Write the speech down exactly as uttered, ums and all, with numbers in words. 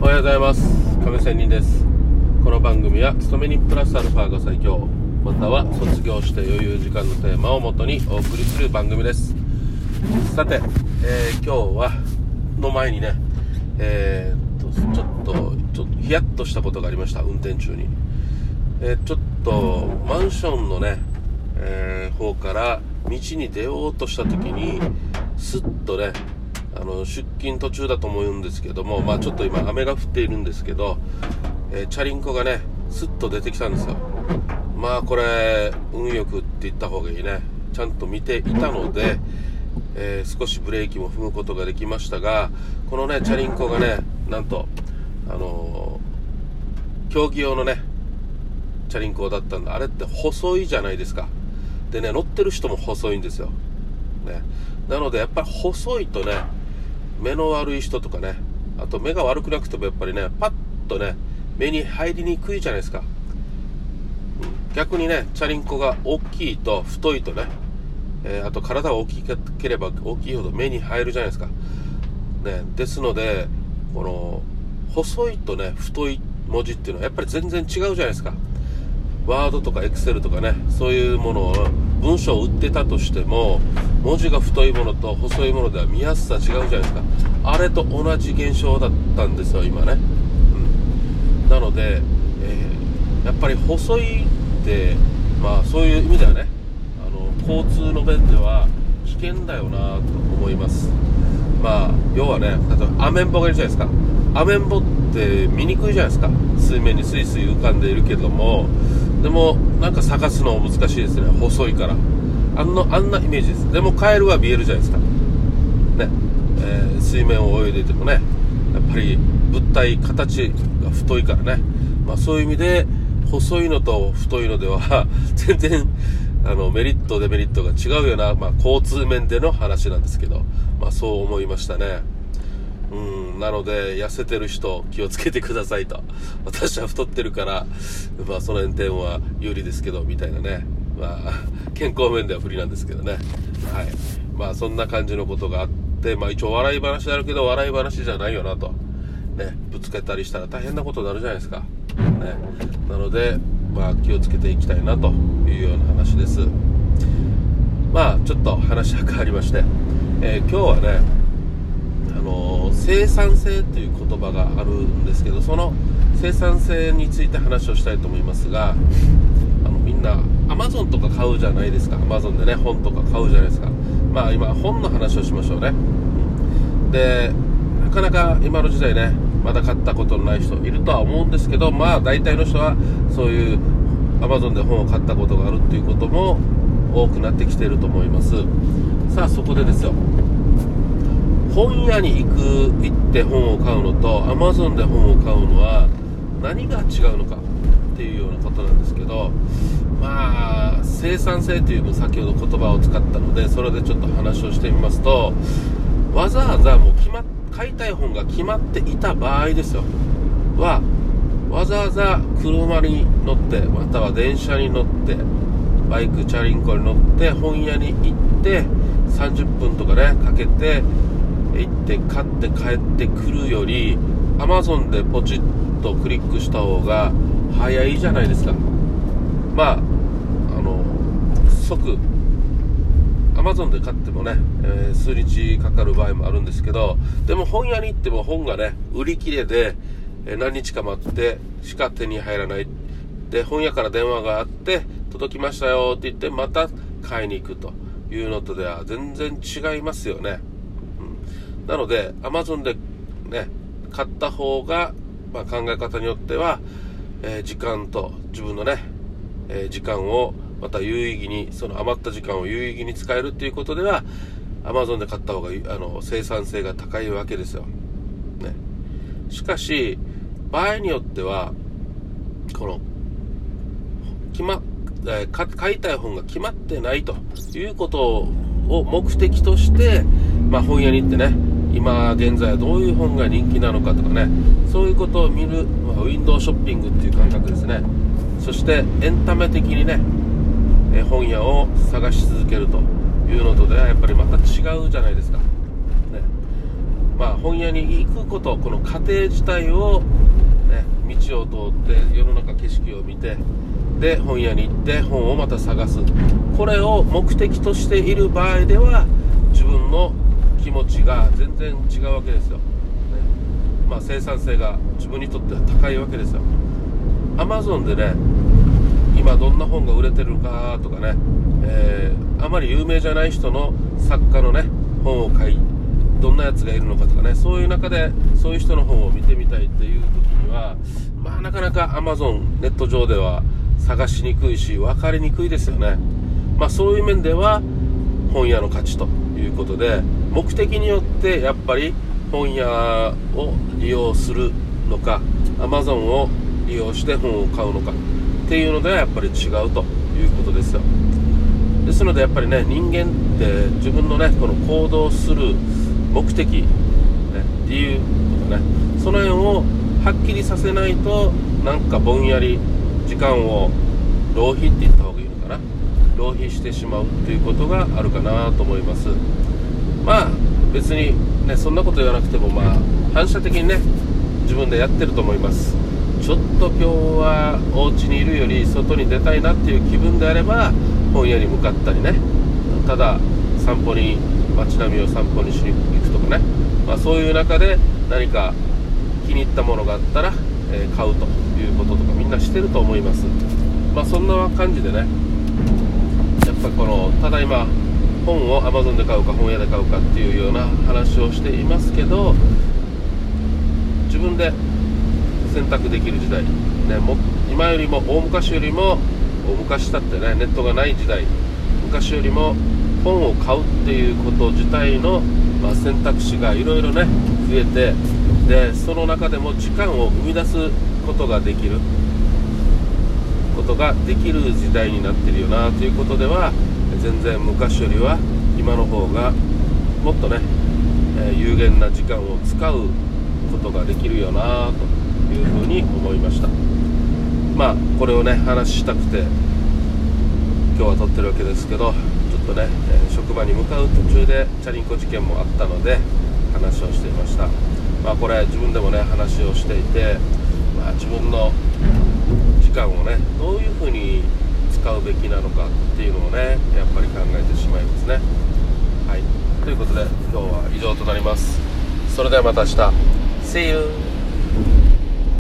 おはようございます。亀仙人です。この番組は勤め人プラスアルファが最強、または卒業して余裕時間のテーマをもとにお送りする番組です。さて、えー、今日はの前にね、えー、っとちょっとちょっとヒヤッとしたことがありました。運転中に、えー、ちょっとマンションのね、えー、方から道に出ようとした時にスッとね、あの出勤途中だと思うんですけども、まあちょっと今雨が降っているんですけど、えー、チャリンコがねスッと出てきたんですよ。まあこれ運よくって言った方がいいね。ちゃんと見ていたので、えー、少しブレーキも踏むことができましたが、このねチャリンコがね、なんとあのー、競技用のねチャリンコだったんで、あれって細いじゃないですか。でね、乗ってる人も細いんですよ、ね、なのでやっぱり細いとね、目の悪い人とかね、あと目が悪くなくてもやっぱりね、パッとね目に入りにくいじゃないですか、うん、逆にねチャリンコが大きいと太いとね、えー、あと体が大きければ大きいほど目に入るじゃないですか、ね、ですのでこの細いとね太い文字っていうのはやっぱり全然違うじゃないですか。ワードとかエクセルとかね、そういうものを文章を打ってたとしても、文字が太いものと細いものでは見やすさ違うじゃないですか。あれと同じ現象だったんですよ今ね、うん、なので、えー、やっぱり細いってまあそういう意味ではね、あの交通の便では危険だよなと思います。まあ要はね、例えばアメンボがいるじゃないですか。アメンボって見にくいじゃないですか。水面にスイスイ浮かんでいるけども、でもなんか探すの難しいですね、細いから。あんな、あんなイメージです。でもカエルは見えるじゃないですかね、えー、水面を泳いでいてもね、やっぱり物体形が太いからね、まあ、そういう意味で細いのと太いのでは全然あのメリットデメリットが違うような、まあ、交通面での話なんですけど、まあ、そう思いましたね。うん、なので痩せてる人気をつけてくださいと。私は太ってるから、まあ、その辺点は有利ですけどみたいなね、まあ、健康面では不利なんですけどね、はい、まあそんな感じのことがあって、まあ一応笑い話であるけど笑い話じゃないよなと、ね、ぶつけたりしたら大変なことになるじゃないですか、ね、なので、まあ、気をつけていきたいなというような話です。まあちょっと話が変わりまして、えー、今日はね、あのー、生産性という言葉があるんですけど、その生産性について話をしたいと思いますが、あのみんな Amazon とか買うじゃないですか。 Amazon でね本とか買うじゃないですか。まあ今本の話をしましょうね。でなかなか今の時代ね、まだ買ったことのない人いるとは思うんですけど、まあ大体の人はそういう Amazon で本を買ったことがあるっていうことも多くなってきていると思います。さあそこでですよ、本屋に行く行って本を買うのと Amazon で本を買うのは何が違うのかっていうようなことなんですけど、まあ生産性という先ほど言葉を使ったので、それでちょっと話をしてみますと、わざわざもう決まっ買いたい本が決まっていた場合ですよは、わざわざ車に乗ってまたは電車に乗ってバイクチャリンコに乗って本屋に行ってさんじゅっぷんとかねかけて行って買って帰ってくるより Amazon でポチッとクリックした方が早いじゃないですか。まああの即 Amazon で買ってもね、えー、数日かかる場合もあるんですけど、でも本屋に行っても本がね売り切れで、えー、何日か待ってしか手に入らない。で本屋から電話があって届きましたよって言ってまた買いに行くというのとでは全然違いますよね、うん、なので Amazon でね買った方が、まあ、考え方によっては、えー、時間と自分のね、えー、時間をまた有意義に、その余った時間を有意義に使えるっていうことでは Amazon で買った方があの生産性が高いわけですよ、ね、しかし場合によってはこの決ま、えー、買いたい本が決まってないということを目的として、まあ、本屋に行ってね、今現在はどういう本が人気なのかとかね、そういうことを見る、まあ、ウィンドウショッピングっていう感覚ですね。そしてエンタメ的にね、え本屋を探し続けるというのとではやっぱりまた違うじゃないですか、ね、 まあ、本屋に行くこと、この過程自体を、ね、道を通って世の中景色を見て、で本屋に行って本をまた探す、これを目的としている場合では自分の気持ちが全然違うわけですよ、ね。まあ、生産性が自分にとっては高いわけですよ。アマゾンでね、今どんな本が売れてるかとかね、えー、あまり有名じゃない人の作家のね本を買い、どんなやつがいるのかとかね、そういう中でそういう人の本を見てみたいっていう時には、まあなかなか Amazon ネット上では探しにくいし分かりにくいですよね。まあそういう面では本屋の価値ということで、目的によってやっぱり本屋を利用するのか Amazon を利用して本を買うのかっていうのではやっぱり違うということですよ。ですのでやっぱりね、人間って自分のねこの行動する目的、ね、理由とかね、その辺をはっきりさせないと、なんかぼんやり時間を浪費って言った方がいいのかな、浪費してしまうっていうことがあるかなと思います。まあ別にねそんなこと言わなくても、まあ反射的にね自分でやってると思います。ちょっと今日はお家にいるより外に出たいなっていう気分であれば本屋に向かったりね、ただ散歩に街並みを散歩にしに行くとかね、まあ、そういう中で何か気に入ったものがあったら、えー、買うということとかみんなしてると思います。まあそんな感じでね、やっぱこのただいま本を Amazon で買うか本屋で買うかっていうような話をしていますけど、自分で選択できる時代、ね、も今よりも大昔よりも、大昔だってねネットがない時代、昔よりも本を買うっていうこと自体の、まあ、選択肢がいろいろね増えて、でその中でも時間を生み出すことができることができる時代になってるよなということでは、全然昔よりは今の方がもっとね、えー、有限な時間を使うことができるよなというふうに思いました。まあこれをね話したくて今日は撮ってるわけですけど、ちょっとね、えー、職場に向かう途中でチャリンコ事件もあったので話をしていました。まあこれ自分でもね話をしていて、まあ、自分の時間をねどういうふうに使うべきなのかっていうのをねやっぱり考えてしまいますね。はい、ということで今日は以上となります。それではまた明日 See you